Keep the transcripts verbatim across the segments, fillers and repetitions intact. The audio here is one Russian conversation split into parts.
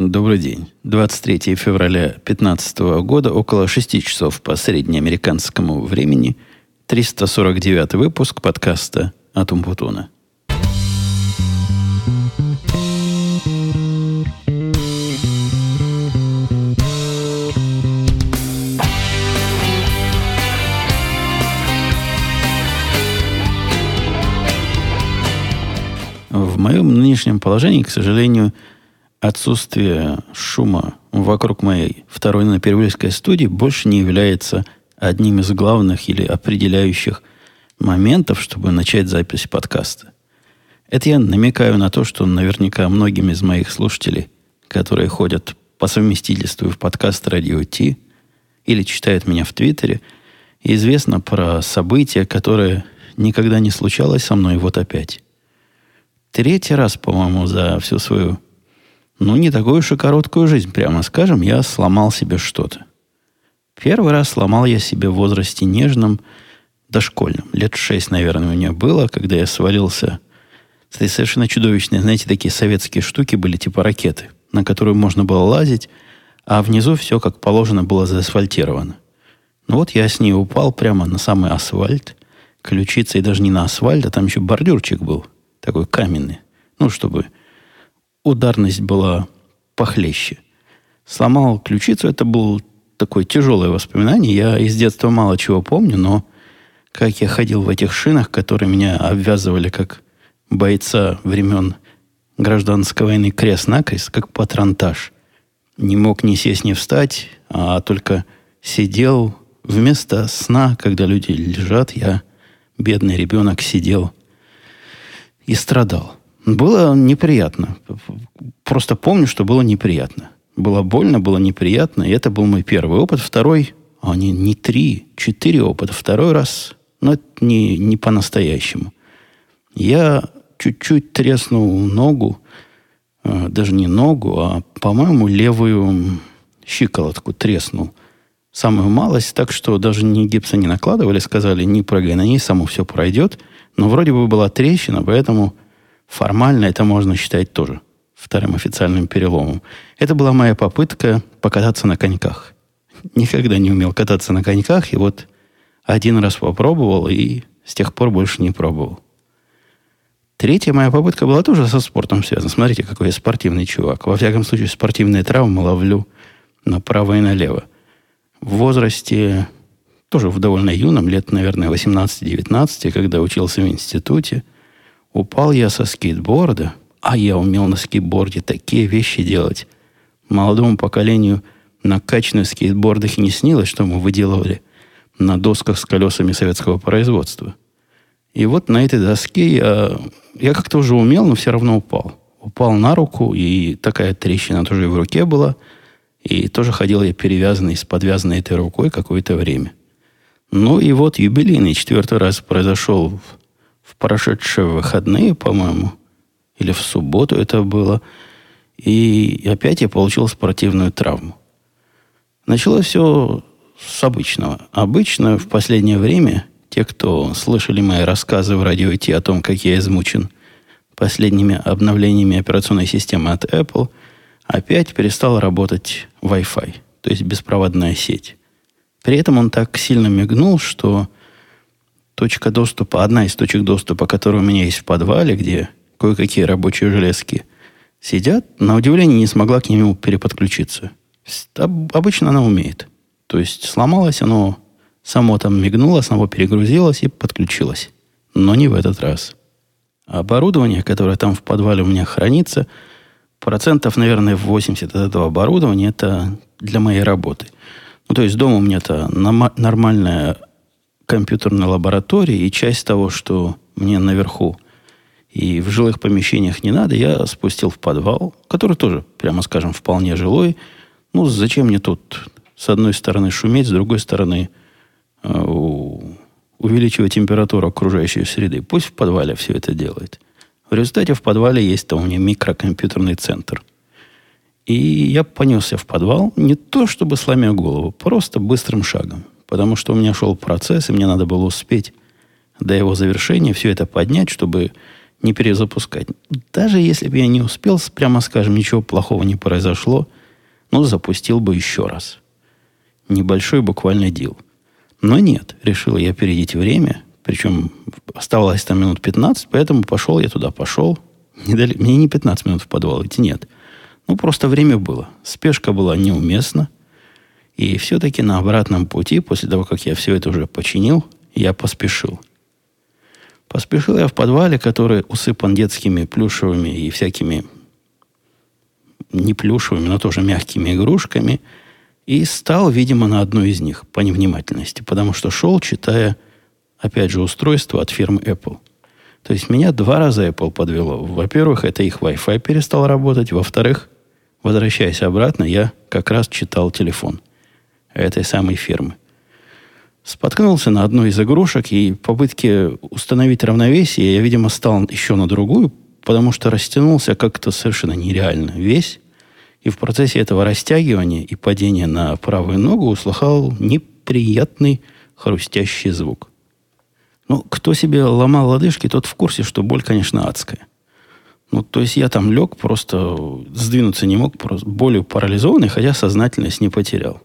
Добрый день. двадцать третьего февраля две тысячи пятнадцатого года, около шести часов по среднеамериканскому времени, триста сорок девятый выпуск подкаста от Умпутуна. В моем нынешнем положении, к сожалению, отсутствие шума вокруг моей второй напервильской студии больше не является одним из главных или определяющих моментов, чтобы начать запись подкаста. Это я намекаю на то, что наверняка многим из моих слушателей, которые ходят по совместительству в подкаст Радио Ти или читают меня в Твиттере, известно про события, которые никогда не случалось со мной вот опять. Третий раз, по-моему, за всю свою, ну, не такую уж и короткую жизнь, прямо скажем, я сломал себе что-то. Первый раз сломал я себе в возрасте нежном, дошкольном. Лет шесть, наверное, у меня было, когда я свалился с этой совершенно чудовищной, знаете, такие советские штуки были, типа ракеты, на которую можно было лазить, а внизу все, как положено, было заасфальтировано. Ну вот я с ней упал прямо на самый асфальт, ключицей даже не на асфальт, а там еще бордюрчик был. Такой каменный. Ну, чтобы ударность была похлеще. Сломал ключицу. Это было такое тяжелое воспоминание. Я из детства мало чего помню, но как я ходил в этих шинах, которые меня обвязывали как бойца времен гражданской войны крест-накрест, как патронтаж. Не мог ни сесть, ни встать, а только сидел вместо сна, когда люди лежат. Я, бедный ребенок, сидел и страдал. Было неприятно. Просто помню, что было неприятно. Было больно, было неприятно. И это был мой первый опыт. Второй, а не, не три, четыре опыта. Второй раз, но это не, не по-настоящему. Я чуть-чуть треснул ногу, даже не ногу, а, по-моему, левую щиколотку треснул. Самую малость, так что даже ни гипса не накладывали, сказали, не прыгай на ней, само все пройдет. Но вроде бы была трещина, поэтому формально это можно считать тоже вторым официальным переломом. Это была моя попытка покататься на коньках. Никогда не умел кататься на коньках, и вот один раз попробовал, и с тех пор больше не пробовал. Третья моя попытка была тоже со спортом связана. Смотрите, какой я спортивный чувак. Во всяком случае, спортивные травмы ловлю направо и налево. В возрасте... тоже в довольно юном, лет, наверное, восемнадцать-девятнадцать, когда учился в институте, упал я со скейтборда, а я умел на скейтборде такие вещи делать. Молодому поколению на качественных скейтбордах и не снилось, что мы выделывали на досках с колесами советского производства. И вот на этой доске я, я как-то уже умел, но все равно упал. Упал на руку, и такая трещина тоже и в руке была, и тоже ходил я перевязанный, с подвязанной этой рукой какое-то время. Ну и вот юбилейный четвертый раз произошел в, в прошедшие выходные, по-моему, или в субботу это было. И опять я получил спортивную травму. Началось все с обычного. Обычно в последнее время те, кто слышали мои рассказы в радио Ти о том, как я измучен последними обновлениями операционной системы от Apple, опять перестал работать Wi-Fi, то есть беспроводная сеть. При этом он так сильно мигнул, что точка доступа, одна из точек доступа, которая у меня есть в подвале, где кое-какие рабочие железки сидят, на удивление не смогла к нему переподключиться. Обычно она умеет. То есть сломалось, оно само там мигнуло, само перегрузилось и подключилось. Но не в этот раз. Оборудование, которое там в подвале у меня хранится, процентов, наверное, восемьдесят от этого оборудования, это для моей работы. Ну, то есть дома у меня-то нормальная компьютерная лаборатория, и часть того, что мне наверху и в жилых помещениях не надо, я спустил в подвал, который тоже, прямо скажем, вполне жилой. Ну, зачем мне тут с одной стороны шуметь, с другой стороны э, увеличивать температуру окружающей среды? Пусть в подвале все это делает. В результате в подвале есть там у меня микрокомпьютерный центр. И я понесся в подвал, не то чтобы сломя голову, просто быстрым шагом. Потому что у меня шел процесс, и мне надо было успеть до его завершения все это поднять, чтобы не перезапускать. Даже если бы я не успел, прямо скажем, ничего плохого не произошло, но запустил бы еще раз. Небольшой буквально дел. Но нет, решил я опередить время, причем оставалось там минут пятнадцать, поэтому пошел я туда, пошел. Не дали, мне не пятнадцать минут в подвал идти, нет. Ну, просто время было. Спешка была неуместна. И все-таки на обратном пути, после того, как я все это уже починил, я поспешил. Поспешил я в подвале, который усыпан детскими плюшевыми и всякими не плюшевыми, но тоже мягкими игрушками, и стал, видимо, на одну из них по невнимательности, потому что шел, читая, опять же, устройство от фирмы Apple. То есть меня два раза Apple подвело. Во-первых, это их Wi-Fi перестал работать. Во-вторых, возвращаясь обратно, я как раз читал телефон этой самой фирмы. Споткнулся на одну из игрушек, и в попытке установить равновесие я, видимо, стал еще на другую, потому что растянулся как-то совершенно нереально весь. И в процессе этого растягивания и падения на правую ногу услыхал неприятный хрустящий звук. Ну, кто себе ломал лодыжки, тот в курсе, что боль, конечно, адская. Ну, то есть я там лег, просто сдвинуться не мог, просто болью парализованный, хотя сознательность не потерял.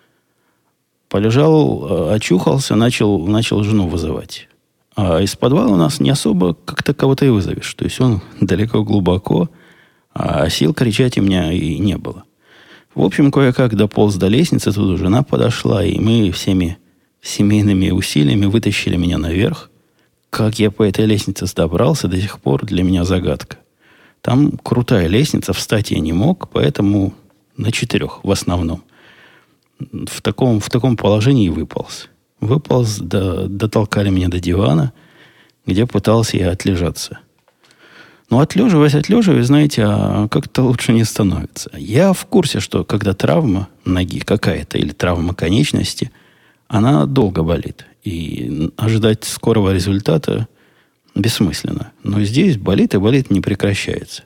Полежал, очухался, начал, начал жену вызывать. А из подвала у нас не особо как-то кого-то и вызовешь. То есть он далеко, глубоко, а сил кричать у меня и не было. В общем, кое-как дополз до лестницы, тут жена подошла, и мы всеми семейными усилиями вытащили меня наверх. Как я по этой лестнице добрался, до сих пор для меня загадка. Там крутая лестница, встать я не мог, поэтому на четырех в основном. В таком, в таком положении и выполз. Выполз, до, дотолкали меня до дивана, где пытался я отлежаться. Но отлеживаясь, отлеживаясь, знаете, а как-то лучше не становится. Я в курсе, что когда травма ноги какая-то или травма конечности, она долго болит. И ожидать скорого результата бессмысленно. Но здесь болит и болит, не прекращается.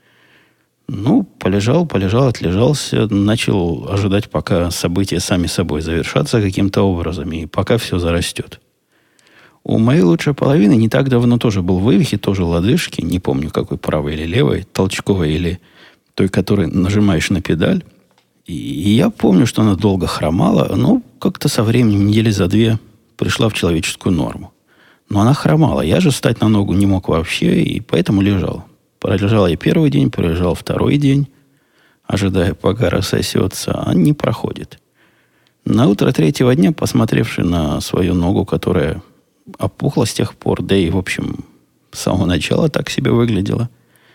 Ну, полежал, полежал, отлежался, начал ожидать, пока события сами собой завершатся каким-то образом, и пока все зарастет. У моей лучшей половины не так давно тоже был вывих, и тоже лодыжки, не помню, какой, правой или левой, толчковой или той, которой нажимаешь на педаль. И я помню, что она долго хромала, но как-то со временем, недели за две, пришла в человеческую норму. Но она хромала, я же встать на ногу не мог вообще, и поэтому лежал. Пролежал я первый день, пролежал второй день, ожидая, пока рассосется, а не проходит. На утро третьего дня, посмотревши на свою ногу, которая опухла с тех пор, да и, в общем, с самого начала так себе выглядела.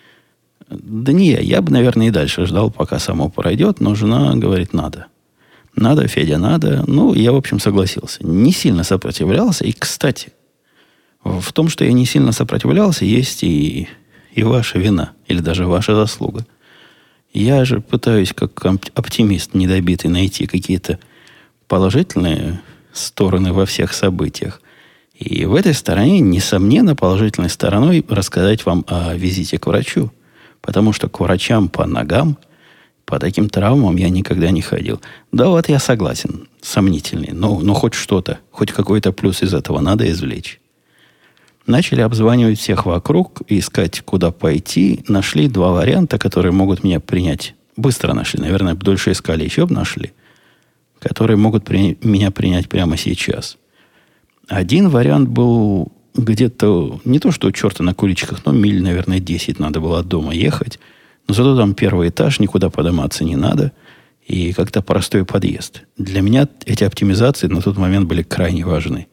Да не я, я бы, наверное, и дальше ждал, пока само пройдет, но жена говорит, надо. Надо, Федя, надо. Ну, я, в общем, согласился. Не сильно сопротивлялся. И, кстати, в том, что я не сильно сопротивлялся, есть и... и ваша вина, или даже ваша заслуга. Я же пытаюсь, как оптимист недобитый, найти какие-то положительные стороны во всех событиях. И в этой стороне, несомненно, положительной стороной рассказать вам о визите к врачу. Потому что к врачам по ногам, по таким травмам я никогда не ходил. Да, вот я согласен, сомнительный. Но, но хоть что-то, хоть какой-то плюс из этого надо извлечь. Начали обзванивать всех вокруг, искать, куда пойти. Нашли два варианта, которые могут меня принять. Быстро нашли, наверное, дольше искали, еще бы нашли. Которые могут при... меня принять прямо сейчас. Один вариант был где-то, не то что у черта на куличках, но миль, наверное, десять надо было от дома ехать. Но зато там первый этаж, никуда подниматься не надо. И как-то простой подъезд. Для меня эти оптимизации на тот момент были крайне важны.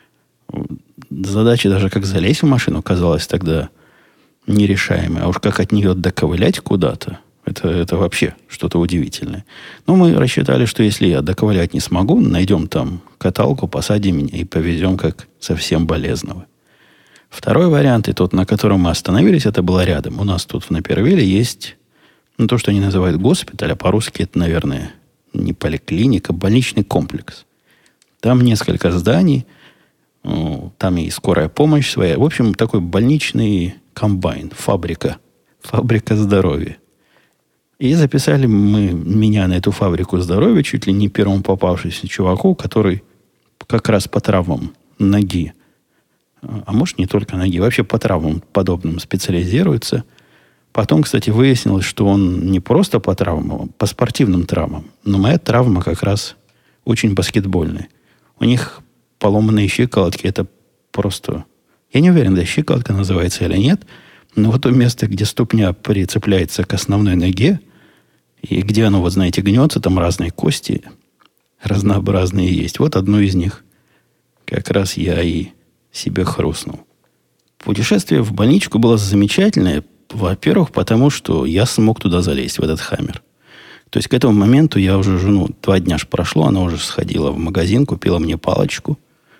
Задача даже как залезть в машину казалась тогда нерешаемой. А уж как от нее доковылять куда-то, это, это вообще что-то удивительное. Но мы рассчитали, что если я доковылять не смогу, найдем там каталку, посадим меня и повезем как совсем болезного. Второй вариант, и тот, на котором мы остановились, это было рядом. У нас тут в Напервилле есть, ну, то, что они называют госпиталь, а по-русски это, наверное, не поликлиника, больничный комплекс. Там несколько зданий, там и скорая помощь своя. В общем, такой больничный комбайн, фабрика. Фабрика здоровья. И записали мы меня на эту фабрику здоровья чуть ли не первому попавшемуся чуваку, который как раз по травмам ноги а может, не только ноги, вообще по травмам подобным специализируется. Потом, кстати, выяснилось, что он не просто по травмам, а по спортивным травмам. Но моя травма как раз очень баскетбольная. У них поломанные щиколотки, это просто... Я не уверен, да, щиколотка называется или нет, но вот то место, где ступня прицепляется к основной ноге, и где оно, вот знаете, гнется, там разные кости разнообразные есть. Вот одну из них как раз я и себе хрустнул. Путешествие в больничку было замечательное. Во-первых, потому что я смог туда залезть, в этот Хаммер. То есть к этому моменту я уже жену, два дня ж прошло, она уже сходила в магазин, купила мне палочку.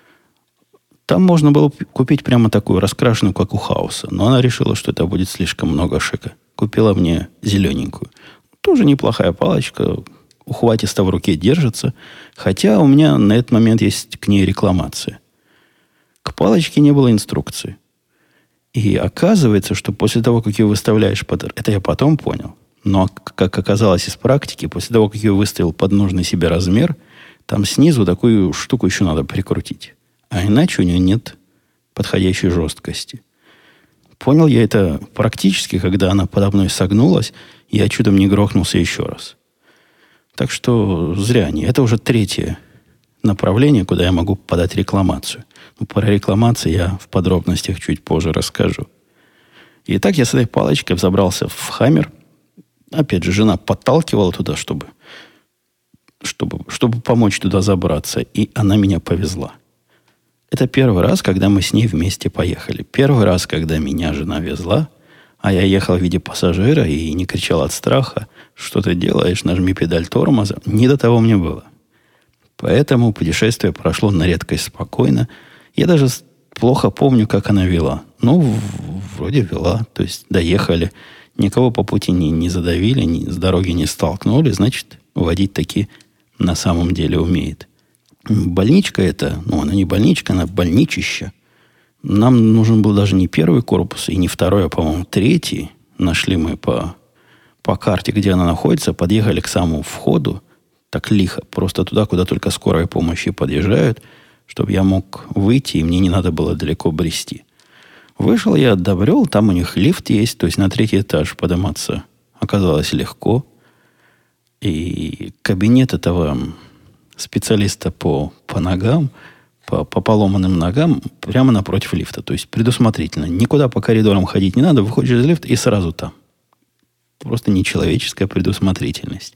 Там можно было купить прямо такую, раскрашенную, как у Хауса. Но она решила, что это будет слишком много шика. Купила мне зелененькую. Тоже неплохая палочка. Ухватисто в руке держится. Хотя у меня на этот момент есть к ней рекламация. К палочке не было инструкции. И оказывается, что после того, как ее выставляешь под... Это я потом понял. Но, как оказалось из практики, после того, как ее выставил под нужный себе размер, там снизу такую штуку еще надо прикрутить. А иначе у нее нет подходящей жесткости. Понял я это практически, когда она подо мной согнулась, и я чудом не грохнулся еще раз. Так что зря не. Это уже третье направление, куда я могу подать рекламацию. Ну, про рекламацию я в подробностях чуть позже расскажу. Итак, я с этой палочкой взобрался в Хаммер. Опять же, жена подталкивала туда, чтобы, чтобы, чтобы помочь туда забраться. И она меня повезла. Это первый раз, когда мы с ней вместе поехали. Первый раз, когда меня жена везла, а я ехал в виде пассажира и не кричал от страха, что ты делаешь, нажми педаль тормоза. Не до того мне было. Поэтому путешествие прошло на редкость спокойно. Я даже плохо помню, как она вела. Ну, вроде вела. То есть доехали. Никого по пути не, не задавили, ни, с дороги не столкнули. Значит, водить таки на самом деле умеет. Больничка это, ну, она не больничка, она больничище. Нам нужен был даже не первый корпус, и не второй, а, по-моему, третий. Нашли мы по, по карте, где она находится, подъехали к самому входу, так лихо, просто туда, куда только скорая помощь подъезжают, чтобы я мог выйти, и мне не надо было далеко брести. Вышел я, добрел, там у них лифт есть, то есть на третий этаж подниматься оказалось легко. И кабинет этого специалиста по, по ногам, по, по поломанным ногам, прямо напротив лифта. То есть предусмотрительно. Никуда по коридорам ходить не надо, выходишь из лифта и сразу там. Просто нечеловеческая предусмотрительность.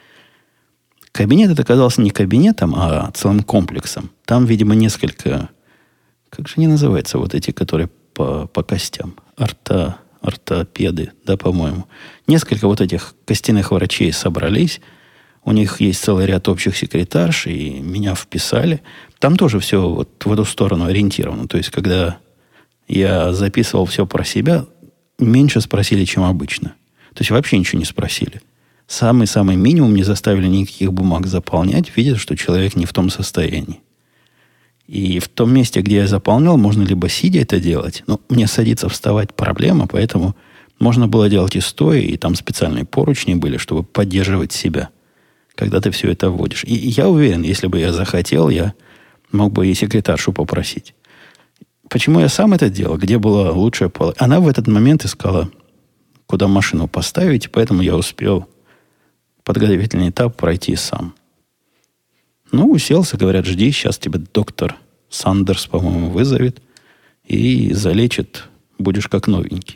Кабинет это оказался не кабинетом, а целым комплексом. Там, видимо, несколько... Как же они называются, вот эти, которые по, по костям? Орто, ортопеды, да, по-моему. Несколько вот этих костяных врачей собрались. У них есть целый ряд общих секретарш, и меня вписали. Там тоже все вот в эту сторону ориентировано. То есть, когда я записывал все про себя, меньше спросили, чем обычно. То есть, вообще ничего не спросили. Самый-самый минимум, не заставили никаких бумаг заполнять, видят, что человек не в том состоянии. И в том месте, где я заполнял, можно либо сидя это делать, но мне садиться, вставать проблема, поэтому можно было делать и стоя, и там специальные поручни были, чтобы поддерживать себя, когда ты все это вводишь. И я уверен, если бы я захотел, я мог бы и секретаршу попросить. Почему я сам это делал? Где была лучшая пола? Она в этот момент искала, куда машину поставить, поэтому я успел подготовительный этап пройти сам. Ну, уселся, говорят, жди, сейчас тебя доктор Сандерс, по-моему, вызовет и залечит, будешь как новенький.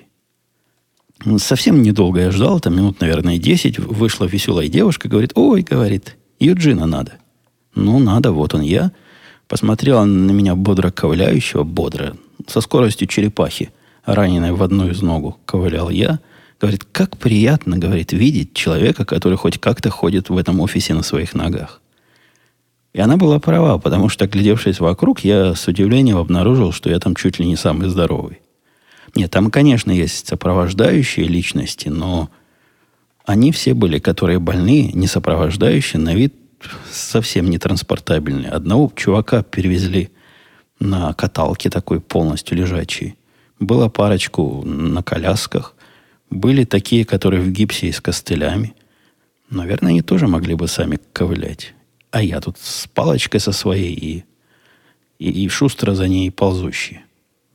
Совсем недолго я ждал, там минут, наверное, десять. Вышла веселая девушка, говорит, ой, говорит, Юджина надо. Ну, надо, вот он я. Посмотрела на меня бодро ковыляющего, бодро, со скоростью черепахи, раненой в одну из ногу, ковылял я. Говорит, как приятно, говорит, видеть человека, который хоть как-то ходит в этом офисе на своих ногах. И она была права, потому что, глядевшись вокруг, я с удивлением обнаружил, что я там чуть ли не самый здоровый. Нет, там, конечно, есть сопровождающие личности, но они все были, которые больные, не сопровождающие, на вид совсем не транспортабельные. Одного чувака перевезли на каталке такой полностью лежачей. Было парочку на колясках. Были такие, которые в гипсе и с костылями. Наверное, они тоже могли бы сами ковылять. А я тут с палочкой со своей и, и, и шустро за ней ползущий.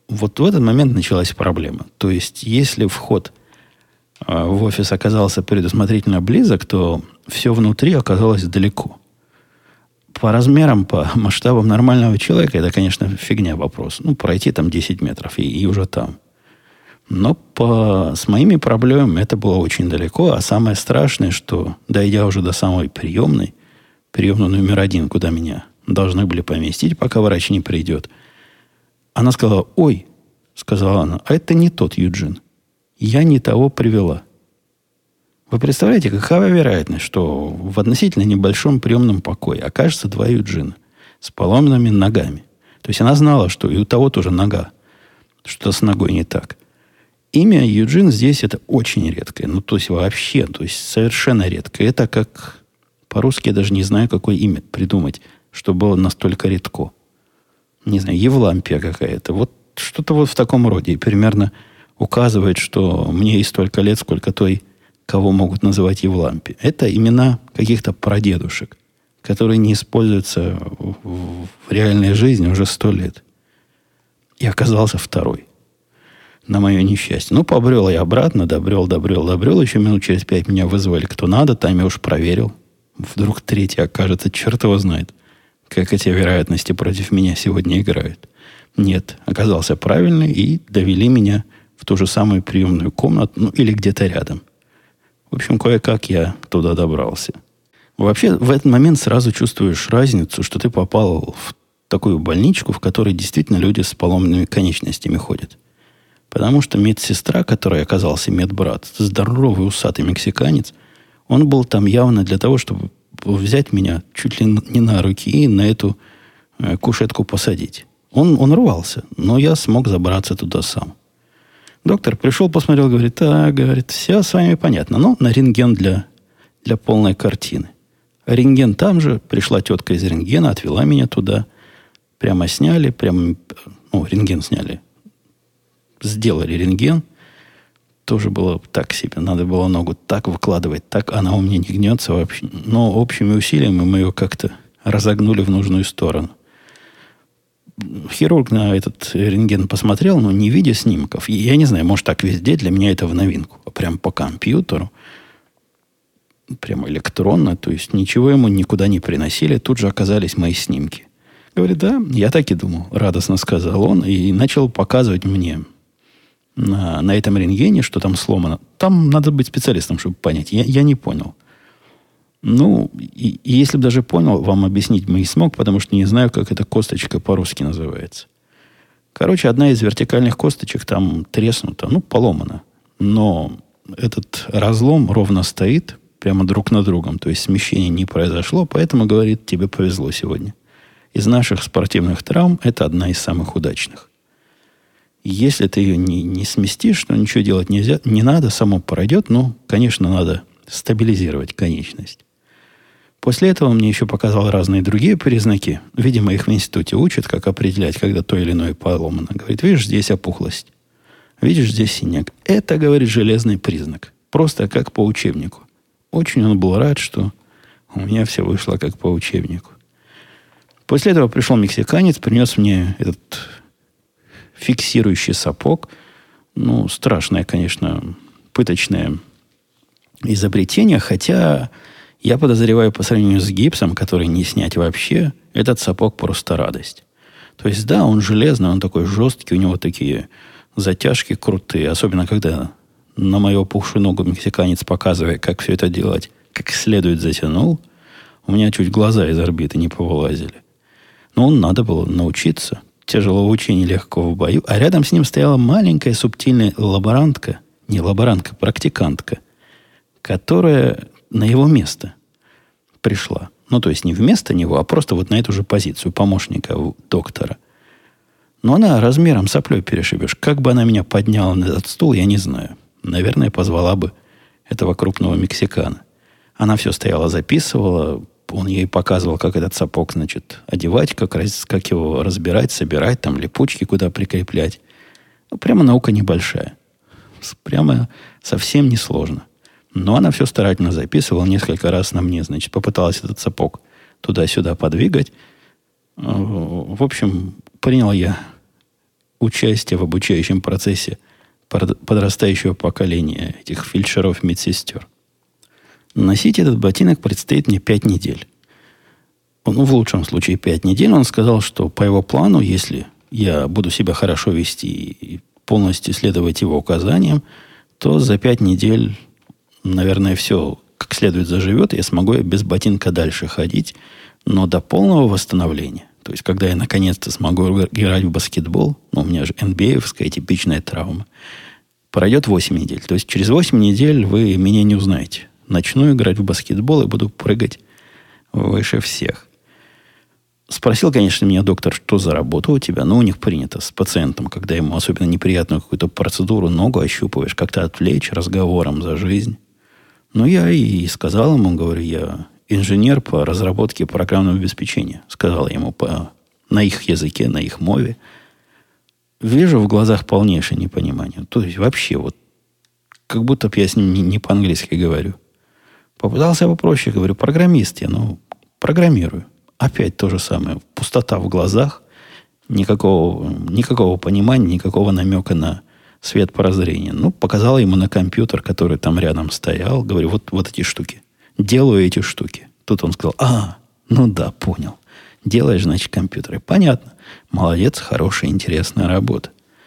вот в этот момент началась проблема. То есть, если вход э, в офис оказался предусмотрительно близок, то все внутри оказалось далеко. По размерам, по масштабам нормального человека, это, конечно, фигня вопрос. Ну, пройти там десять метров и, и уже там. Но по, с моими проблемами это было очень далеко. А самое страшное, что, дойдя уже до самой приемной, приемной номер один, куда меня должны были поместить, пока врач не придет, она сказала: ой, сказала она, а это не тот Юджин. Я не того привела. Вы представляете, какова вероятность, что в относительно небольшом приемном покое окажется два Юджина с поломанными ногами. То есть она знала, что и у того тоже нога, что с ногой не так. Имя Юджин здесь это очень редкое. Ну, то есть вообще, то есть совершенно редкое. Это как по-русски я даже не знаю, какое имя придумать, что было настолько редко. Не знаю, Евлампия какая-то. Вот что-то вот в таком роде. И примерно указывает, что мне и столько лет, сколько той, кого могут называть Евлампией. Это имена каких-то прадедушек, которые не используются в, в, в реальной жизни уже сто лет. И оказался второй. На мое несчастье. Ну, побрел я обратно, добрел, добрел, добрел. Еще минут через пять меня вызвали кто надо, там я уж проверил. Вдруг третий окажется, черт его знает, как эти вероятности против меня сегодня играют. Нет, оказался правильный, и довели меня в ту же самую приемную комнату, ну, или где-то рядом. В общем, кое-как я туда добрался. Вообще, в этот момент сразу чувствуешь разницу, что ты попал в такую больничку, в которой действительно люди с поломанными конечностями ходят. Потому что медсестра, которой оказался медбрат, здоровый усатый мексиканец, он был там явно для того, чтобы взять меня чуть ли не на руки и на эту э, кушетку посадить. Он, он рвался, но я смог забраться туда сам. Доктор пришел, посмотрел, говорит: так, говорит, все с вами понятно, но на рентген для, для полной картины. Рентген там же, пришла тетка из рентгена, отвела меня туда, прямо сняли, прямо, ну, рентген сняли, сделали рентген. Тоже было так себе. Надо было ногу так выкладывать, так она у меня не гнется вообще. Но общими усилиями мы ее как-то разогнули в нужную сторону. Хирург на этот рентген посмотрел, но не видя снимков. И я не знаю, может, так везде, для меня это в новинку. Прям по компьютеру, прямо электронно, то есть ничего ему никуда не приносили. Тут же оказались мои снимки. Говорит: да, я так и думал, радостно сказал он, и начал показывать мне на, на этом рентгене, что там сломано. Там надо быть специалистом, чтобы понять. Я, я не понял. Ну, и, и если бы даже понял, вам объяснить бы не смог, потому что не знаю, как эта косточка по-русски называется. Короче, одна из вертикальных косточек там треснута, ну, поломана. Но этот разлом ровно стоит, прямо друг на другом. То есть смещения не произошло, поэтому, говорит, тебе повезло сегодня. Из наших спортивных травм это одна из самых удачных. Если ты ее не, не сместишь, то ничего делать нельзя, не надо, само пройдет, но, конечно, надо стабилизировать конечность. После этого он мне еще показал разные другие признаки. Видимо, их в институте учат, как определять, когда то или иное поломано. Говорит: видишь, здесь опухлость. Видишь, здесь синяк. Это, говорит, железный признак. Просто как по учебнику. Очень он был рад, что у меня все вышло как по учебнику. После этого пришел мексиканец, принес мне этот фиксирующий сапог. Ну, страшное, конечно, пыточное изобретение, хотя я подозреваю, по сравнению с гипсом, который не снять вообще, этот сапог просто радость. То есть, да, он железный, он такой жесткий, у него такие затяжки крутые, особенно когда на мою опухшую ногу мексиканец, показывая, как все это делать, как следует затянул, у меня чуть глаза из орбиты не повылазили. Но он надо было научиться. Тяжело в учении, легко в бою. А рядом с ним стояла маленькая субтильная лаборантка, не лаборантка, практикантка, которая на его место пришла. Ну, то есть не вместо него, а просто вот на эту же позицию помощника доктора. Но она размером соплей перешибешь. Как бы она меня подняла на этот стул, я не знаю. Наверное, позвала бы этого крупного мексикана. Она все стояла, записывала. Он ей показывал, как этот сапог, значит, одевать, как, раз, как его разбирать, собирать, там липучки куда прикреплять. Ну, прямо наука небольшая. Прямо совсем несложно. Но она все старательно записывала, несколько раз на мне, значит, попыталась этот сапог туда-сюда подвигать. В общем, принял я участия в обучающем процессе подрастающего поколения этих фельдшеров-медсестер. Носить этот ботинок предстоит мне пять недель. Ну, в лучшем случае пять недель. Он сказал, что по его плану, если я буду себя хорошо вести и полностью следовать его указаниям, то за пять недель, наверное, все как следует заживет, и я смогу без ботинка дальше ходить, но до полного восстановления. То есть, когда я наконец-то смогу играть в баскетбол, ну, у меня же эн би эй-овская типичная травма, пройдет восемь недель. То есть, через восемь недель вы меня не узнаете. Начну играть в баскетбол и буду прыгать выше всех. Спросил, конечно, меня доктор, что за работа у тебя. Ну, у них принято с пациентом, когда ему особенно неприятную какую-то процедуру, ногу ощупываешь, как-то отвлечь разговором за жизнь. Ну, я и сказал ему, говорю, я инженер по разработке программного обеспечения. Сказал ему по, на их языке, на их мове. Вижу в глазах полнейшее непонимание. То есть вообще вот как будто бы я с ним не, не по-английски говорю. Попытался попроще, говорю, программист я, ну, программирую. Опять то же самое. Пустота в глазах, никакого, никакого понимания, никакого намека на свет прозрения. Ну, показал ему на компьютер, который там рядом стоял. Говорю, вот, вот эти штуки. Делаю эти штуки. Тут он сказал, а, ну да, понял. Делаешь, значит, компьютеры. Понятно. Молодец, хорошая, интересная работа.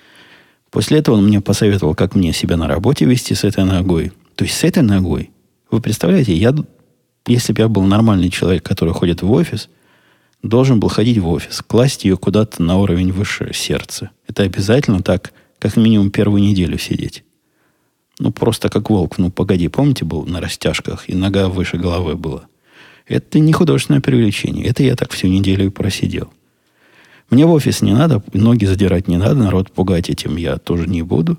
После этого он мне посоветовал, как мне себя на работе вести с этой ногой. То есть с этой ногой. Вы представляете, я, если бы я был нормальный человек, который ходит в офис, должен был ходить в офис, класть ее куда-то на уровень выше сердца. Это обязательно так, как минимум первую неделю сидеть. Ну, просто как волк. Ну, погоди, помните, был на растяжках, и нога выше головы была. Это не художественное привлечение. Это я так всю неделю и просидел. Мне в офис не надо, ноги задирать не надо, народ пугать этим я тоже не буду.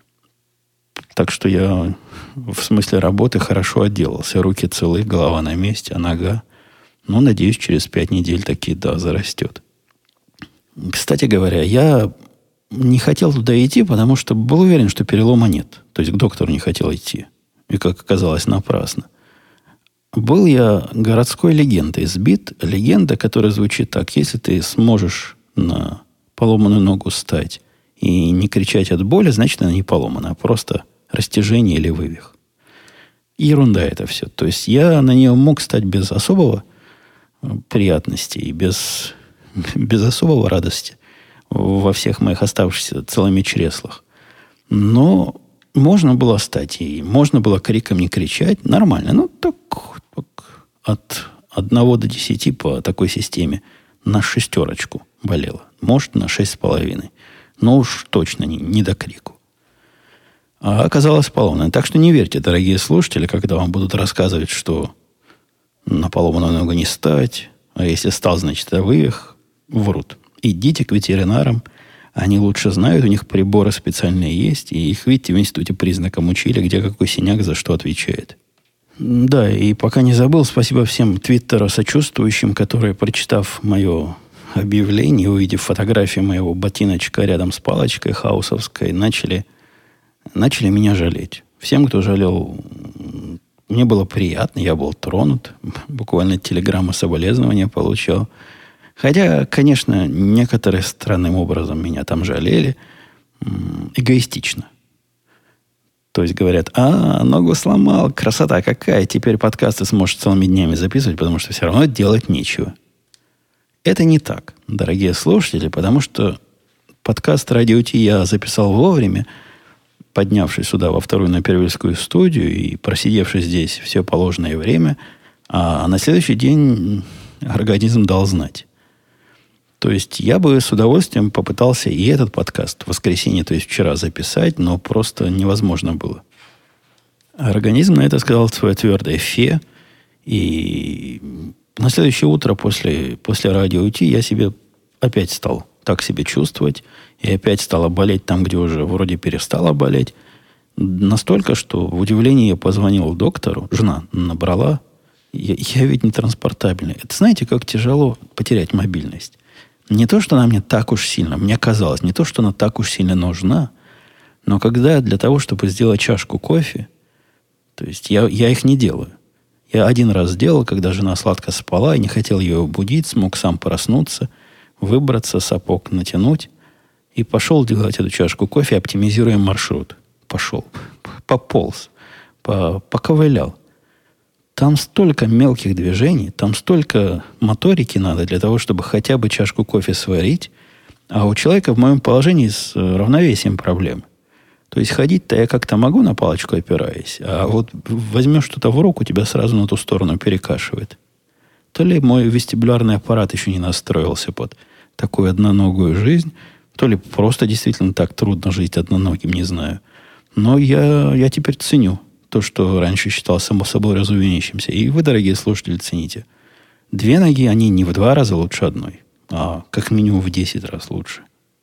Так что я в смысле работы хорошо отделался. Руки целы, голова на месте, а нога, ну, надеюсь, через пять недель таки, да, зарастет. Кстати говоря, я не хотел туда идти, потому что был уверен, что перелома нет. То есть к доктору не хотел идти. И, как оказалось, напрасно. Был я городской легендой сбит. Легенда, которая звучит так. Если ты сможешь на поломанную ногу встать и не кричать от боли, значит, она не поломана, а просто растяжение или вывих. Ерунда это все. То есть я на нее мог стать без особого приятности и без, без особого радости во всех моих оставшихся целыми чреслах. Но можно было стать, и можно было криком не кричать. Нормально. Ну, так, так от одного до десяти по такой системе на шестерочку болело. Может, на шесть с половиной. Но уж точно не, не до крику. А оказалось поломанное. Так что не верьте, дорогие слушатели, когда вам будут рассказывать, что на поломанную ногу не стать, а если стал, значит, это вывих. Врут. Идите к ветеринарам. Они лучше знают, у них приборы специальные есть. И их, видите, в институте признаком учили, где какой синяк за что отвечает. Да, и пока не забыл, спасибо всем твиттера сочувствующим, которые, прочитав мое объявление, увидев фотографию моего ботиночка рядом с палочкой хаусовской, начали, начали меня жалеть. Всем, кто жалел, мне было приятно, я был тронут. Буквально телеграмму соболезнования получал. Хотя, конечно, некоторые странным образом меня там жалели. Эгоистично. То есть говорят, а, ногу сломал, красота какая, теперь подкасты сможешь целыми днями записывать, потому что все равно делать нечего. Это не так, дорогие слушатели, потому что подкаст «Радио Ти» я записал вовремя, поднявшись сюда во вторую напервильскую студию и просидевшись здесь все положенное время, а на следующий день организм дал знать. То есть я бы с удовольствием попытался и этот подкаст в воскресенье, то есть вчера, записать, но просто невозможно было. Организм на это сказал свое твердое «фе», и на следующее утро после, после радио Ти я себе опять стал так себя чувствовать, и опять стало болеть там, где уже вроде перестало болеть. Настолько, что в удивлении я позвонил доктору, жена набрала, я, я ведь не транспортабельный. Это знаете, как тяжело потерять мобильность. Не то, что она мне так уж сильно, мне казалось, не то, что она так уж сильно нужна, но когда для того, чтобы сделать чашку кофе, то есть я, я их не делаю. Я один раз сделал, когда жена сладко спала, и не хотел ее будить, смог сам проснуться, выбраться, сапог натянуть И пошел делать эту чашку кофе, оптимизируя маршрут. Пошел. Пополз. Поковылял. Там столько мелких движений, там столько моторики надо для того, чтобы хотя бы чашку кофе сварить. А у человека в моем положении с равновесием проблем. То есть ходить-то я как-то могу, на палочку опираясь, а вот возьмешь что-то в руку, тебя сразу на ту сторону перекашивает. То ли мой вестибулярный аппарат еще не настроился под такую одноногую жизнь, то ли просто действительно так трудно жить одноногим, не знаю. Но я, я теперь ценю то, что раньше считал само собой разумеющимся. И вы, дорогие слушатели, цените. Две ноги, они не в два раза лучше одной, а как минимум в десять раз лучше.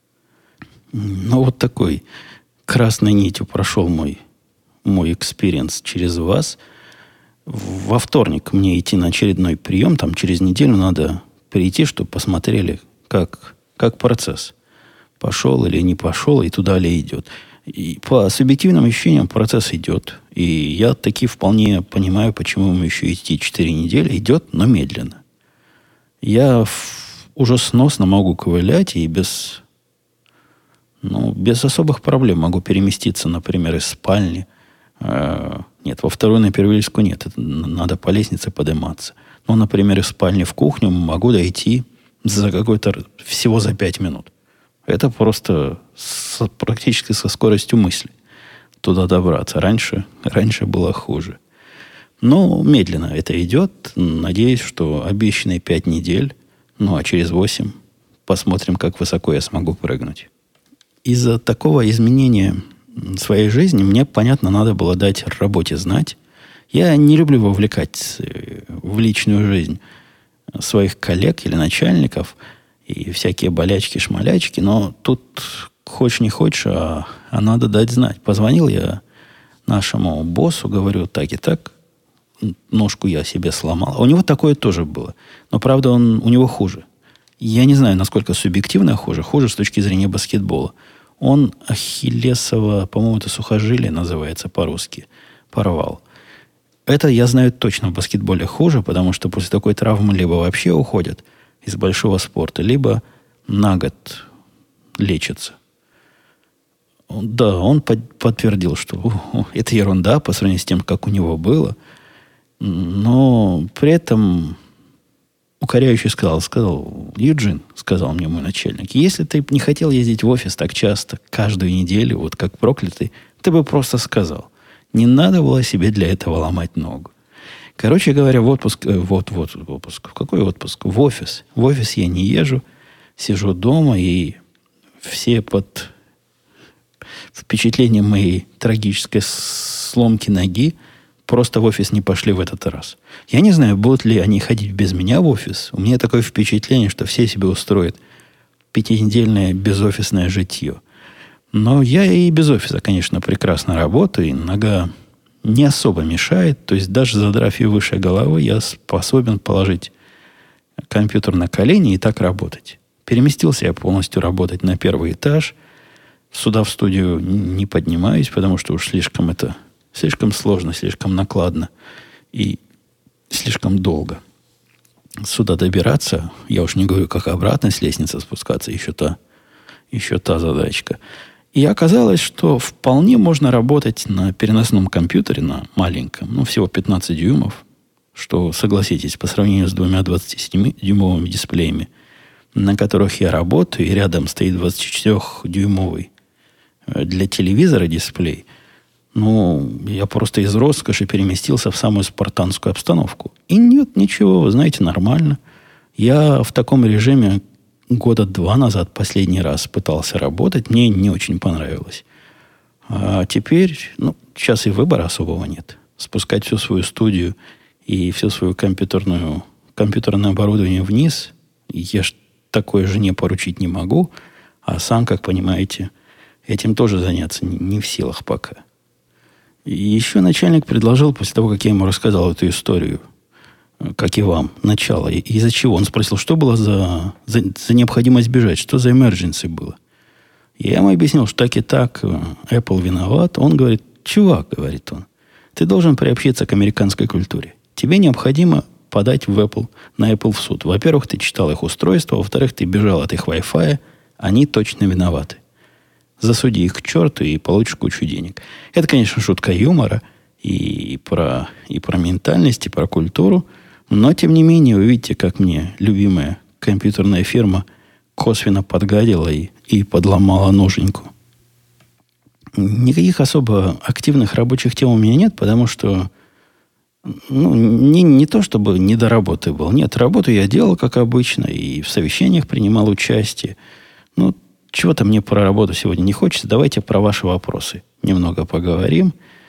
Ну, вот такой красной нитью прошел мой, мой экспириенс через вас. Во вторник мне идти на очередной прием. Там через неделю надо прийти, чтобы посмотрели, как, как процесс. Пошел или не пошел, и туда ли идет. И по субъективным ощущениям процесс идет. И я таки вполне понимаю, почему ему еще идти четыре недели. Идет, но медленно. Я в, уже сносно могу ковылять и без, ну, без особых проблем могу переместиться, например, из спальни. Э, нет, во вторую на Первильскую нет. Это надо по лестнице подниматься. Но, например, из спальни в кухню могу дойти за какой-то всего за пять минут. Это просто с, практически со скоростью мысли туда добраться. Раньше, раньше было хуже. Но медленно это идет. Надеюсь, что обещанные пять недель, ну а через восемь посмотрим, как высоко я смогу прыгнуть. Из-за такого изменения своей жизни мне, понятно, надо было дать работе знать. Я не люблю вовлекать в личную жизнь своих коллег или начальников и всякие болячки-шмалячки, но тут хочешь не хочешь, а, а надо дать знать. Позвонил я нашему боссу, говорю, так и так, ножку я себе сломал. А у него такое тоже было. Но, правда, он, у него хуже. Я не знаю, насколько субъективно хуже. Хуже с точки зрения баскетбола. Он ахиллесово, по-моему, это сухожилие называется по-русски, порвал. Это, я знаю, точно в баскетболе хуже, потому что после такой травмы либо вообще уходят из большого спорта, либо на год лечатся. Да, он под, подтвердил, что о, это ерунда по сравнению с тем, как у него было. Но при этом укоряющий сказал, сказал, Юджин, сказал мне мой начальник, если ты не хотел ездить в офис так часто, каждую неделю, вот как проклятый, ты бы просто сказал. Не надо было себе для этого ломать ногу. Короче говоря, в отпуск, э, вот, вот, в отпуск. В какой отпуск? В офис. В офис я не езжу, сижу дома, и все под впечатлением моей трагической сломки ноги просто в офис не пошли в этот раз. Я не знаю, будут ли они ходить без меня в офис. У меня такое впечатление, что все себе устроят пятинедельное безофисное житье. Но я и без офиса, конечно, прекрасно работаю, и нога не особо мешает. То есть даже задрав ее выше головы, я способен положить компьютер на колени и так работать. Переместился я полностью работать на первый этаж. Сюда в студию не поднимаюсь, потому что уж слишком это слишком сложно, слишком накладно и слишком долго. Сюда добираться, я уж не говорю, как обратно с лестницы спускаться, еще та, еще та задачка. И оказалось, что вполне можно работать на переносном компьютере, на маленьком, ну, всего пятнадцать дюймов, что, согласитесь, по сравнению с двумя двадцатисемидюймовыми дисплеями, на которых я работаю, и рядом стоит двадцатичетырёхдюймовый для телевизора дисплей, ну, я просто из роскоши переместился в самую спартанскую обстановку. И нет, ничего, вы знаете, нормально. Я в таком режиме года два назад последний раз пытался работать. Мне не очень понравилось. А теперь, ну, сейчас и выбора особого нет. Спускать всю свою студию и всю свою компьютерную, компьютерное оборудование вниз, я ж такое жене поручить не могу. А сам, как понимаете, этим тоже заняться не, не в силах пока. И еще начальник предложил, после того, как я ему рассказал эту историю, как и вам, начало, и из-за чего. Он спросил, что было за, за, за необходимость бежать, что за emergency было. Я ему объяснил, что так и так, Apple виноват. Он говорит, чувак, говорит он, ты должен приобщиться к американской культуре. Тебе необходимо подать в Apple, на Apple в суд. Во-первых, ты читал их устройство, во-вторых, ты бежал от их Wi-Fi, они точно виноваты. засуди их к черту и получишь кучу денег. Это, конечно, шутка юмора и про, и про ментальность, и про культуру. Но, тем не менее, вы видите, как мне любимая компьютерная фирма косвенно подгадила и, и подломала ноженьку. Никаких особо активных рабочих тем у меня нет, потому что ну, не, не то, чтобы не до работы был. Нет, работу я делал, как обычно, и в совещаниях принимал участие. Ну, чего-то мне про работу сегодня не хочется. Давайте про ваши вопросы немного поговорим.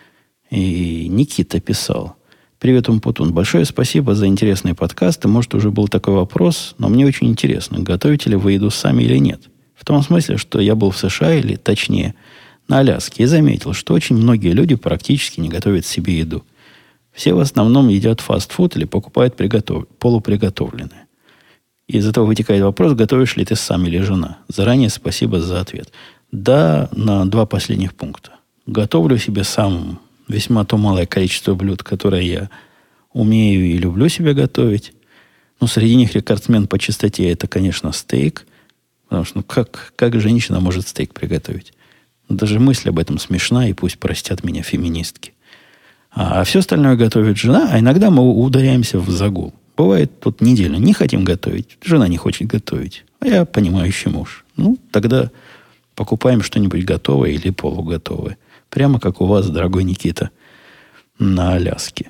И Никита писал. Привет, Умпутун. Большое спасибо за интересные подкасты. Может, уже был такой вопрос, но мне очень интересно, готовите ли вы еду сами или нет. В том смысле, что я был в США, или точнее, на Аляске, и заметил, что очень многие люди практически не готовят себе еду. Все в основном едят фастфуд или покупают приготов... полуприготовленное. Из этого вытекает вопрос, готовишь ли ты сам или жена. Заранее спасибо за ответ. Да, на два последних пункта. Готовлю себе сам весьма то малое количество блюд, которые я умею и люблю себе готовить. Но среди них рекордсмен по чистоте – это, конечно, стейк. Потому что ну, как, как женщина может стейк приготовить? Даже мысль об этом смешна, и пусть простят меня феминистки. А все остальное готовит жена, а иногда мы ударяемся в загул. Бывает, тут неделю не хотим готовить, жена не хочет готовить, а я понимающий муж. Ну, тогда покупаем что-нибудь готовое или полуготовое. Прямо как у вас, дорогой Никита, на Аляске.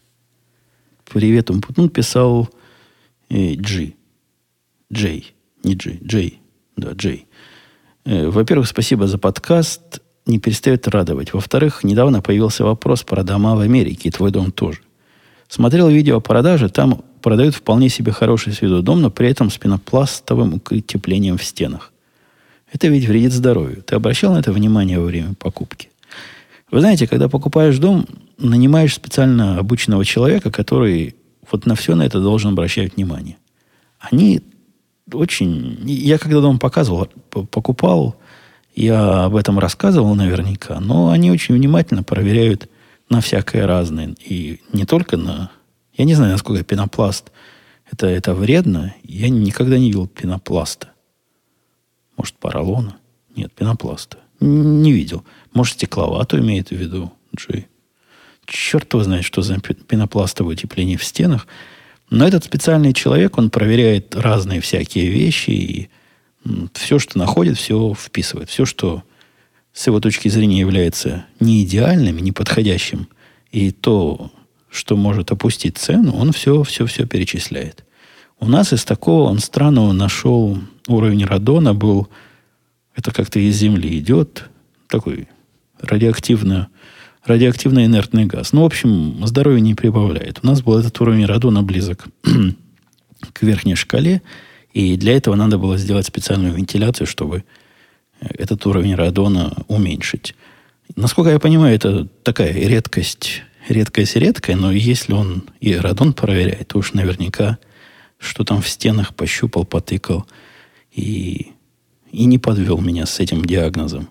Привет, он ну, писал э, Джи. Джей, не Джи, Джей. Да, Джей. Э, во-первых, спасибо за подкаст. Не перестает радовать. Во-вторых, недавно появился вопрос про дома в Америке, и твой дом тоже. Смотрел видео о продаже, там продают вполне себе хороший с виду дом, но при этом с пенопластовым утеплением в стенах. Это ведь вредит здоровью. Ты обращал на это внимание во время покупки? Вы знаете, когда покупаешь дом, нанимаешь специально обученного человека, который вот на все на это должен обращать внимание. Они очень... Я когда дом показывал, покупал, я об этом рассказывал наверняка, но они очень внимательно проверяют на всякое разное. И не только на... Я не знаю, насколько пенопласт это, это вредно. Я никогда не видел пенопласта. Может, поролона? Нет, пенопласта. Не видел. Может, стекловату имеет в виду Джей. Черт его знает, что за пенопластовое утепление в стенах. Но этот специальный человек, он проверяет разные всякие вещи и все, что находит, все вписывает. Все, что с его точки зрения является не идеальным, не подходящим, и то, что может опустить цену, он все, все, все перечисляет. У нас из такого он странного нашел уровень радона, был, это как-то из земли идет, такой радиоактивно, радиоактивно инертный газ. Ну, в общем, здоровье не прибавляет. У нас был этот уровень радона близок к верхней шкале, и для этого надо было сделать специальную вентиляцию, чтобы этот уровень радона уменьшить. Насколько я понимаю, это такая редкость, редкость редкая, но если он и радон проверяет, то уж наверняка, что там в стенах пощупал, потыкал и, и не подвел меня с этим диагнозом.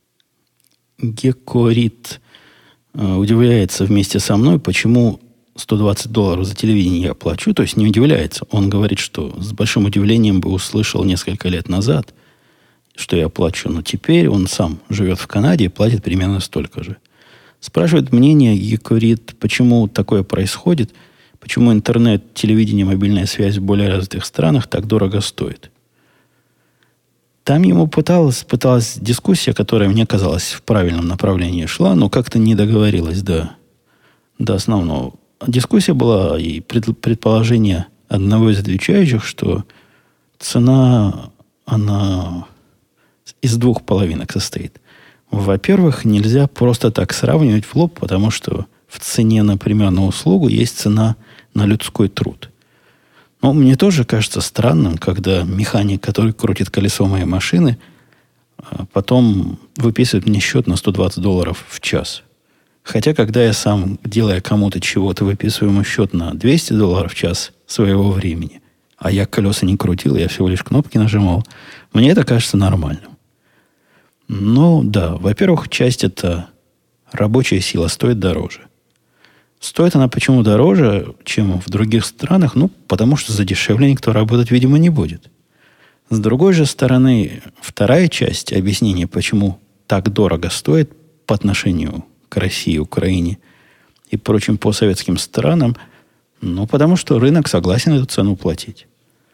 Гекорит удивляется вместе со мной, почему сто двадцать долларов за телевидение я плачу. То есть не удивляется. Он говорит, что с большим удивлением бы услышал несколько лет назад, что я плачу. Но теперь он сам живет в Канаде и платит примерно столько же. Спрашивает мнение Гекорит, почему такое происходит, почему интернет, телевидение, мобильная связь в более развитых странах так дорого стоит. Там ему пыталась, пыталась дискуссия, которая мне казалась в правильном направлении шла, но как-то не договорилась до, до основного. Дискуссия была и пред, предположение одного из отвечающих, что цена, она из двух половинок состоит. Во-первых, нельзя просто так сравнивать в лоб, потому что в цене, например, на услугу есть цена на людской труд. Но мне тоже кажется странным, когда механик, который крутит колесо моей машины, потом выписывает мне счет на сто двадцать долларов в час. Хотя, когда я сам, делая кому-то чего-то, выписываю ему счет на двести долларов в час своего времени, а я колеса не крутил, я всего лишь кнопки нажимал, мне это кажется нормальным. Ну, да, во-первых, часть это рабочая сила стоит дороже. Стоит она почему дороже, чем в других странах? Ну, потому что за дешевле никто работать, видимо, не будет. С другой же стороны, вторая часть объяснения, почему так дорого стоит по отношению к России, Украине и прочим постсоветским странам? Ну, потому что рынок согласен эту цену платить.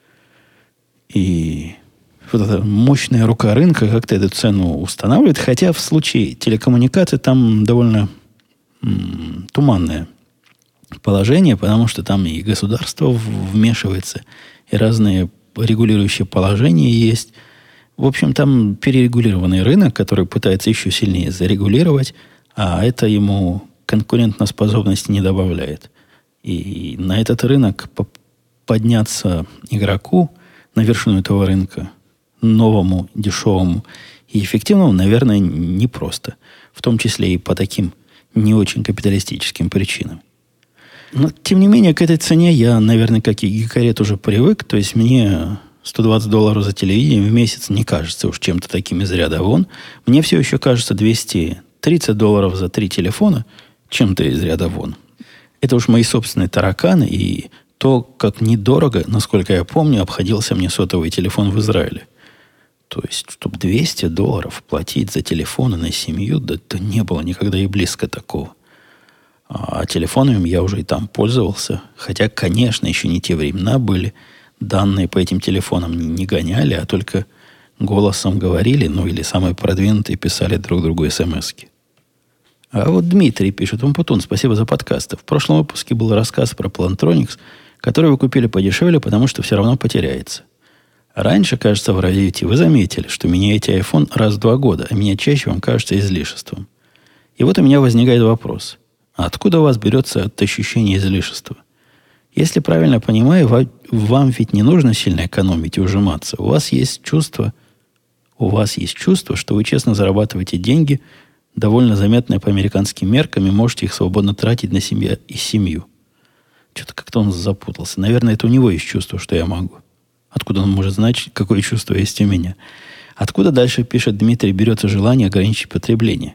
И вот эта мощная рука рынка как-то эту цену устанавливает, хотя в случае телекоммуникаций там довольно м, туманное положение, потому что там и государство вмешивается, и разные регулирующие положения есть. В общем, там перерегулированный рынок, который пытается еще сильнее зарегулировать, а это ему конкурентоспособности не добавляет. И на этот рынок подняться игроку, на вершину этого рынка, новому, дешевому и эффективному, наверное, непросто. В том числе и по таким не очень капиталистическим причинам. Но, тем не менее, к этой цене я, наверное, как и Гикарет, уже привык. То есть мне сто двадцать долларов за телевидение в месяц не кажется уж чем-то таким из ряда вон. Мне все еще кажется двести тридцать долларов за три телефона чем-то из ряда вон. Это уж мои собственные тараканы и то, как недорого, насколько я помню, обходился мне сотовый телефон в Израиле. То есть, чтобы двести долларов платить за телефоны на семью, да, да не было никогда и близко такого. А телефонами я уже и там пользовался. Хотя, конечно, еще не те времена были. Данные по этим телефонам не гоняли, а только голосом говорили, ну или самые продвинутые писали друг другу смски. А вот Дмитрий пишет: Умпутун, спасибо за подкасты. В прошлом выпуске был рассказ про Plantronics, который вы купили подешевле, потому что все равно потеряется. Раньше, кажется, в радиоте вы заметили, что меняете iPhone раз в два года, а меня чаще вам кажется излишеством. И вот у меня возникает вопрос. А откуда у вас берется это ощущение излишества? Если правильно понимаю, вам ведь не нужно сильно экономить и ужиматься. У вас есть чувство, у вас есть чувство, что вы честно зарабатываете деньги, довольно заметные по американским меркам, и можете их свободно тратить на себя и семью. Что-то как-то он запутался. Наверное, это у него есть чувство, что я могу. Откуда он может знать, какое чувство есть у меня? Откуда дальше, пишет Дмитрий, берется желание ограничить потребление?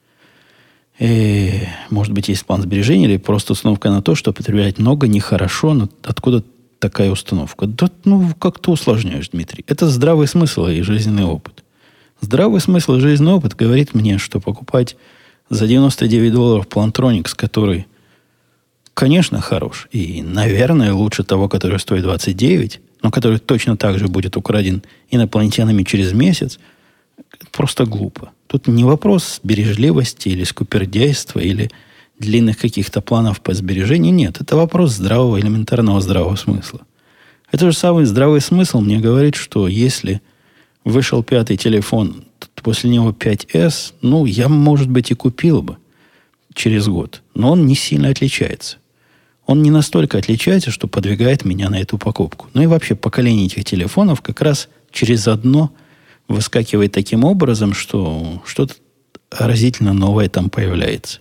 Э, может быть, есть план сбережения или просто установка на то, что потреблять много нехорошо, но откуда такая установка? Да, ну, как ты усложняешь, Дмитрий. Это здравый смысл и жизненный опыт. Здравый смысл и жизненный опыт говорит мне, что покупать за девяносто девять долларов Plantronics, который, конечно, хорош, и, наверное, лучше того, который стоит двадцать девять, но который точно так же будет украден инопланетянами через месяц, просто глупо. Тут не вопрос бережливости или скупердяйства, или длинных каких-то планов по сбережению. Нет, это вопрос здравого, элементарного здравого смысла. Это же самый здравый смысл мне говорит, что если вышел пятый телефон, после него пять эс, ну, я, может быть, и купил бы через год. Но он не сильно отличается. Он не настолько отличается, что подвигает меня на эту покупку. Ну и вообще поколение этих телефонов как раз через одно выскакивает таким образом, что что-то разительно новое там появляется.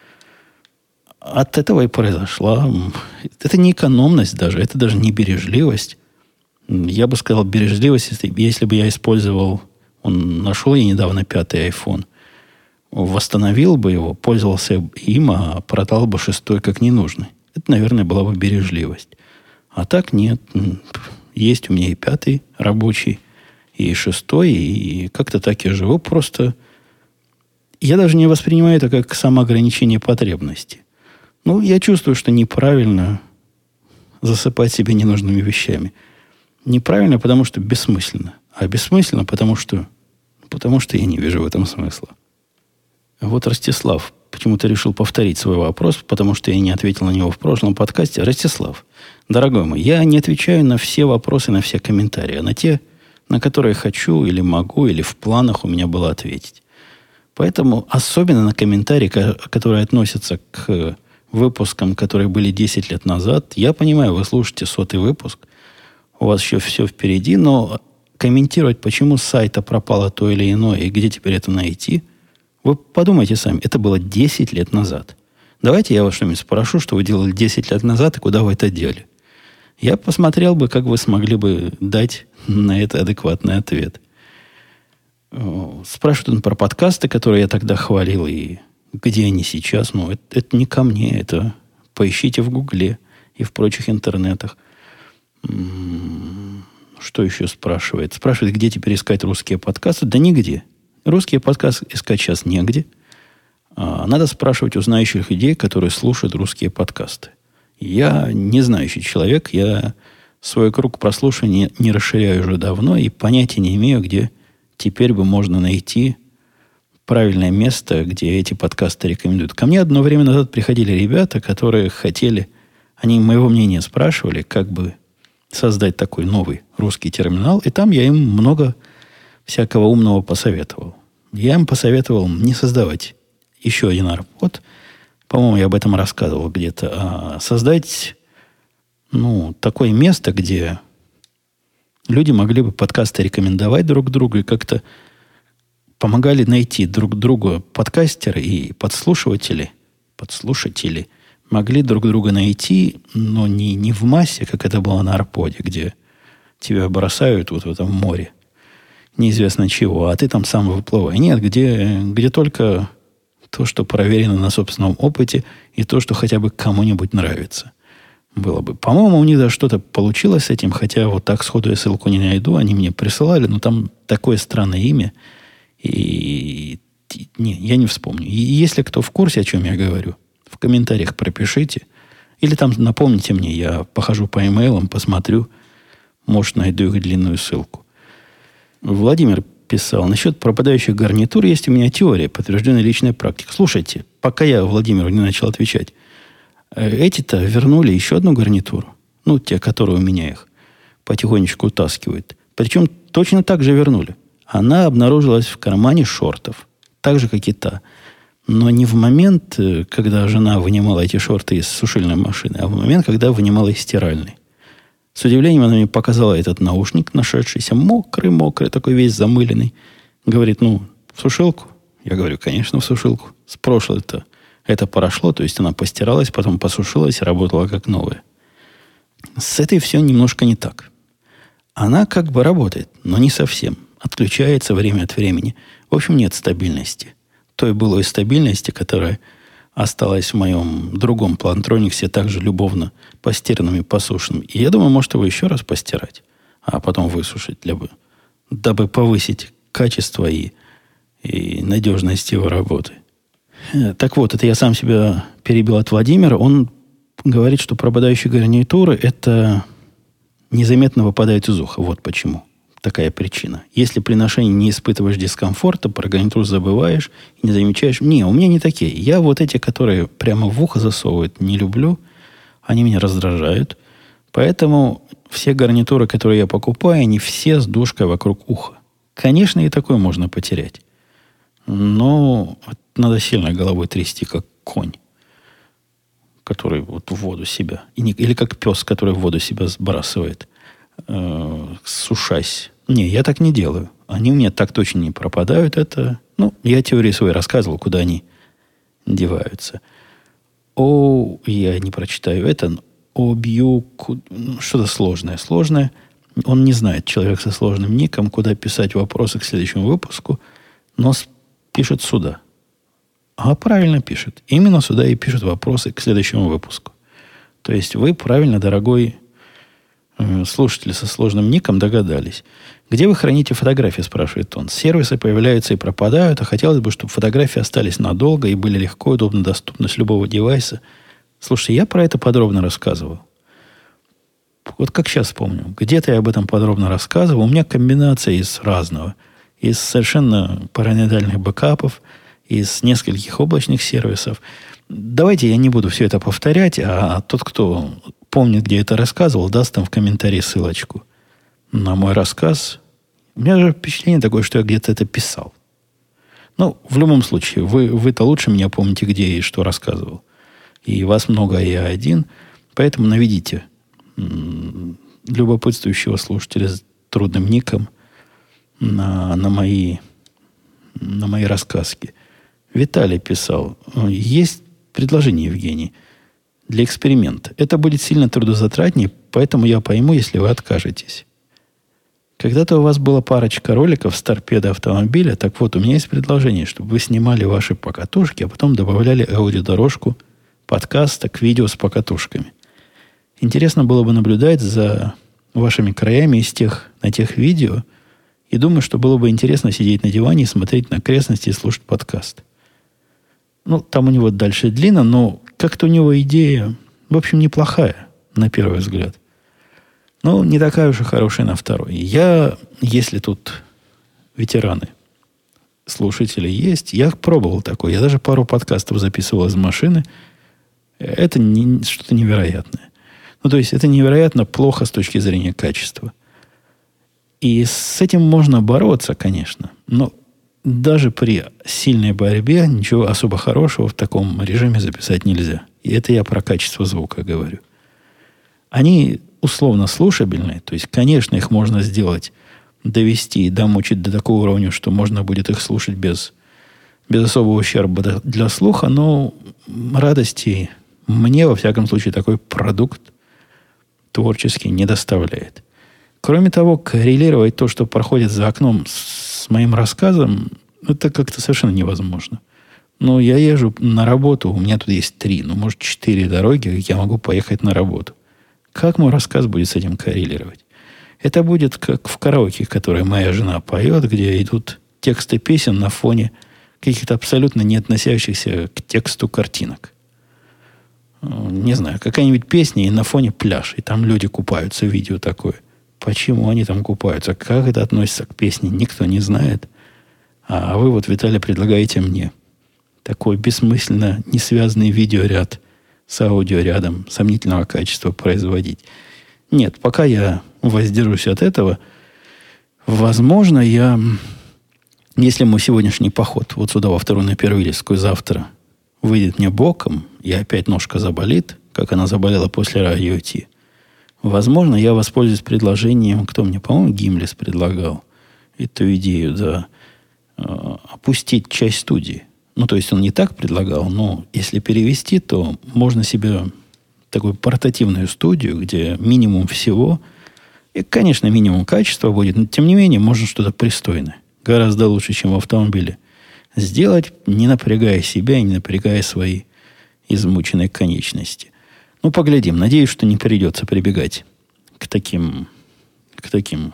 От этого и произошла. Это не экономность даже, это даже не бережливость. Я бы сказал, бережливость, если, если бы я использовал, он нашел я недавно пятый iPhone, восстановил бы его, пользовался им, а продал бы шестой как ненужный. Это, наверное, была бы бережливость. А так нет. Есть у меня и пятый рабочий, и шестой, и как-то так я живу. Просто я даже не воспринимаю это как самоограничение потребности. Ну, я чувствую, что неправильно засыпать себя ненужными вещами. Неправильно, потому что бессмысленно. А бессмысленно, потому что, потому что я не вижу в этом смысла. Вот Ростислав почему-то решил повторить свой вопрос, потому что я не ответил на него в прошлом подкасте. Ростислав, дорогой мой, я не отвечаю на все вопросы, на все комментарии, а на те, на которые хочу или могу, или в планах у меня было ответить. Поэтому особенно на комментарии, которые относятся к выпускам, которые были десять лет назад, я понимаю, вы слушаете сотый выпуск, у вас еще все впереди, но комментировать, почему с сайта пропало то или иное, и где теперь это найти, вы подумайте сами, это было десять лет назад. Давайте я вас что-нибудь спрошу, что вы делали десять лет назад, и куда вы это дели. Я посмотрел бы, как вы смогли бы дать на это адекватный ответ. Спрашивают он про подкасты, которые я тогда хвалил, и где они сейчас. Ну, это, это не ко мне, это поищите в Гугле и в прочих интернетах. Что еще спрашивает? Спрашивает, где теперь искать русские подкасты? Да нигде. Русские подкасты искать сейчас негде. А надо спрашивать у знающих людей, которые слушают русские подкасты. Я не знающий человек, я свой круг прослушивания не расширяю уже давно и понятия не имею, где теперь бы можно найти правильное место, где эти подкасты рекомендуют. Ко мне одно время назад приходили ребята, которые хотели, они моего мнения спрашивали, как бы создать такой новый русский терминал, и там я им много всякого умного посоветовал. Я им посоветовал не создавать еще один арпод. По-моему, я об этом рассказывал где-то. А создать, ну, такое место, где люди могли бы подкасты рекомендовать друг другу и как-то помогали найти друг другу подкастеры и подслушиватели, подслушатели могли друг друга найти, но не, не в массе, как это было на арподе, где тебя бросают вот в этом море неизвестно чего, а ты там сам выплывай. Нет, где, где только то, что проверено на собственном опыте, и то, что хотя бы кому-нибудь нравится. Было бы. По-моему, у них даже что-то получилось с этим, хотя вот так сходу я ссылку не найду, они мне присылали, но там такое странное имя, и, и не, я не вспомню. И если кто в курсе, о чем я говорю, в комментариях пропишите, или там напомните мне, я похожу по имейлам, посмотрю, может, найду их длинную ссылку. Владимир писал, насчет пропадающих гарнитур есть у меня теория, подтвержденная личной практикой. Слушайте, пока я Владимиру не начал отвечать, эти-то вернули еще одну гарнитуру. Ну, те, которые у меня их потихонечку утаскивают. Причем точно так же вернули. Она обнаружилась в кармане шортов. Так же, как и та. Но не в момент, когда жена вынимала эти шорты из сушильной машины, а в момент, когда вынимала из стиральной. С удивлением она мне показала этот наушник, нашедшийся, мокрый-мокрый, такой весь замыленный. Говорит, ну, в сушилку? Я говорю, конечно, в сушилку. С прошлой-то это прошло, то есть она постиралась, потом посушилась и работала как новая. С этой все немножко не так. Она как бы работает, но не совсем. Отключается время от времени. В общем, нет стабильности. Той былой стабильности, которая осталась в моем другом плантрониксе, также любовно постиранным и посушенным. И я думаю, может его еще раз постирать, а потом высушить, для бы, дабы повысить качество и, и надежность его работы. Так вот, это я сам себя перебил от Владимира. Он говорит, что пропадающие гарнитуры это незаметно выпадают из уха. Вот почему. Такая причина. Если при ношении не испытываешь дискомфорта, про гарнитуру забываешь и не замечаешь. Не, у меня не такие. Я вот эти, которые прямо в ухо засовывают, не люблю. Они меня раздражают. Поэтому все гарнитуры, которые я покупаю, они все с дужкой вокруг уха. Конечно, и такое можно потерять. Но надо сильно головой трясти, как конь, который вот в воду себя. И не, или как пес, который в воду себя сбрасывает, э, сушась. Не, я так не делаю. Они у меня так точно не пропадают. Это, ну, я теории свои рассказывал, куда они деваются. О, я не прочитаю это. Обью, что-то сложное. Сложное. Он не знает, человек со сложным ником, куда писать вопросы к следующему выпуску, но пишет сюда. А правильно пишет. Именно сюда и пишут вопросы к следующему выпуску. То есть вы правильно, дорогой э, слушатель со сложным ником, догадались. Где вы храните фотографии, спрашивает он. Сервисы появляются и пропадают, а хотелось бы, чтобы фотографии остались надолго и были легко и удобно доступны с любого девайса. Слушайте, я про это подробно рассказывал. Вот как сейчас помню. Где-то я об этом подробно рассказывал. У меня комбинация из разного. Из совершенно параноидальных бэкапов, из нескольких облачных сервисов. Давайте я не буду все это повторять, а тот, кто помнит, где это рассказывал, даст там в комментарии ссылочку на мой рассказ. У меня же впечатление такое, что я где-то это писал. Ну, в любом случае, вы, вы-то лучше меня помните, где и что рассказывал. И вас много, а я один. Поэтому наведите м- любопытствующего слушателя с трудным ником на, на, мои, на мои рассказки. Виталий писал, есть предложение, Евгений, для эксперимента. Это будет сильно трудозатратнее, поэтому я пойму, если вы откажетесь. Когда-то у вас была парочка роликов с торпедо автомобиля, так вот, у меня есть предложение, чтобы вы снимали ваши покатушки, а потом добавляли аудиодорожку подкаста к видео с покатушками. Интересно было бы наблюдать за вашими краями из тех, на тех видео. И думаю, что было бы интересно сидеть на диване и смотреть на окрестности и слушать подкаст. Ну, там у него дальше длинно, но как-то у него идея, в общем, неплохая, на первый взгляд. Но не такая уж и хорошая на второй. Я, если тут ветераны, слушатели есть, я пробовал такое. Я даже пару подкастов записывал из машины. Это не, что-то невероятное. Ну, то есть, это невероятно плохо с точки зрения качества. И с этим можно бороться, конечно. Но даже при сильной борьбе ничего особо хорошего в таком режиме записать нельзя. И это я про качество звука говорю. Они условно слушабельные. То есть, конечно, их можно сделать, довести и домучить до такого уровня, что можно будет их слушать без, без особого ущерба для слуха. Но радости мне, во всяком случае, такой продукт творческий не доставляет. Кроме того, коррелировать то, что проходит за окном с моим рассказом, это как-то совершенно невозможно. Но я езжу на работу, у меня тут есть три, ну, может, четыре дороги, я могу поехать на работу. Как мой рассказ будет с этим коррелировать? Это будет как в караоке, которое моя жена поет, где идут тексты песен на фоне каких-то абсолютно не относящихся к тексту картинок. Не знаю, какая-нибудь песня и на фоне пляж, и там люди купаются, видео такое. Почему они там купаются? Как это относится к песне, никто не знает. А вы вот, Виталий, предлагаете мне такой бессмысленно несвязанный видеоряд с аудиорядом сомнительного качества производить. Нет, пока я воздержусь от этого, возможно, я, если мой сегодняшний поход вот сюда, во вторую на Первилевскую, завтра выйдет мне боком, и опять ножка заболит, как она заболела после радио Ти, возможно, я воспользуюсь предложением, кто мне, по-моему, Гимлес предлагал эту идею, да, опустить часть студии. Ну, то есть он не так предлагал, но если перевести, то можно себе такую портативную студию, где минимум всего, и, конечно, минимум качества будет, но, тем не менее, можно что-то пристойное. Гораздо лучше, чем в автомобиле. Сделать, не напрягая себя и не напрягая свои измученные конечности. Ну, поглядим. Надеюсь, что не придется прибегать к таким, к таким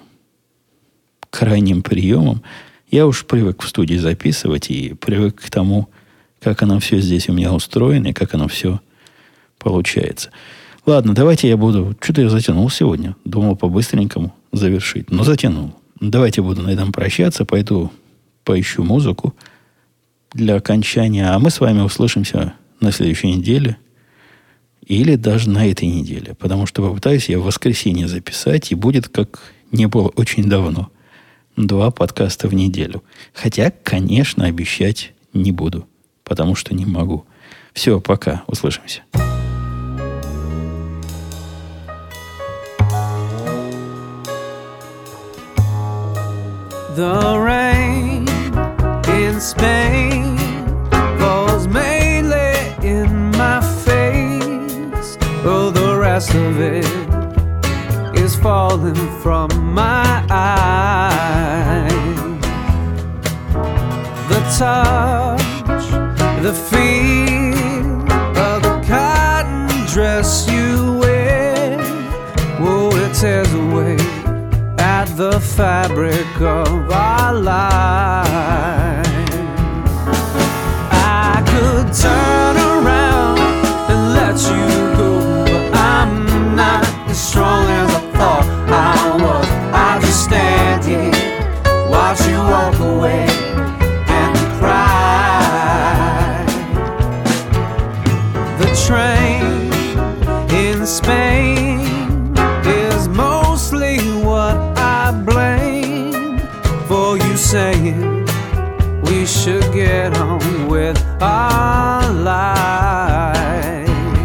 крайним приемам. Я уж привык в студии записывать и привык к тому, как оно все здесь у меня устроено и как оно все получается. Ладно, давайте я буду... Что-то я затянул сегодня. Думал по-быстренькому завершить, но затянул. Давайте буду на этом прощаться. Пойду поищу музыку для окончания. А мы с вами услышимся на следующей неделе. Или даже на этой неделе. Потому что попытаюсь я в воскресенье записать. И будет, как не было очень давно, два подкаста в неделю. Хотя, конечно, обещать не буду. Потому что не могу. Все, пока. Услышимся. The rain in Spain falls mainly in my face. Oh, the rest of it is falling from my eyes. The touch, the feel of the cotton dress you wear, oh, it tears away the fabric of our lives. I could turn around and let you go, but I'm not as strong as I thought I was. I just stand here, watch you walk away and cry. The train in Spain is mostly what I blame for you saying we should get on with our lives.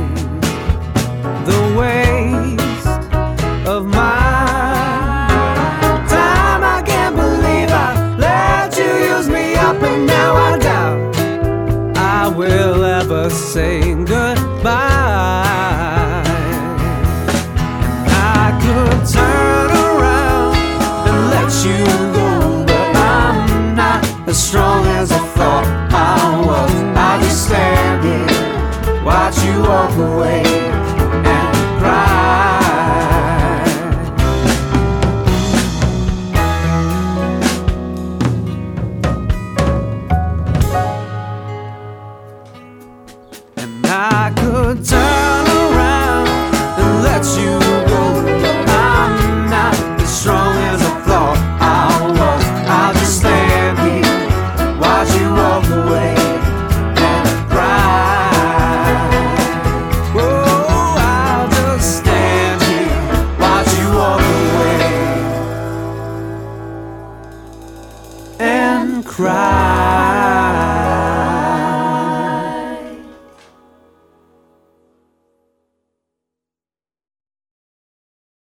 The waste of my time, I can't believe I let you use me up, and now I doubt I will ever say goodbye. I could turn around and let you go, but I'm not as strong as I thought I was. I just stand here, watch you walk away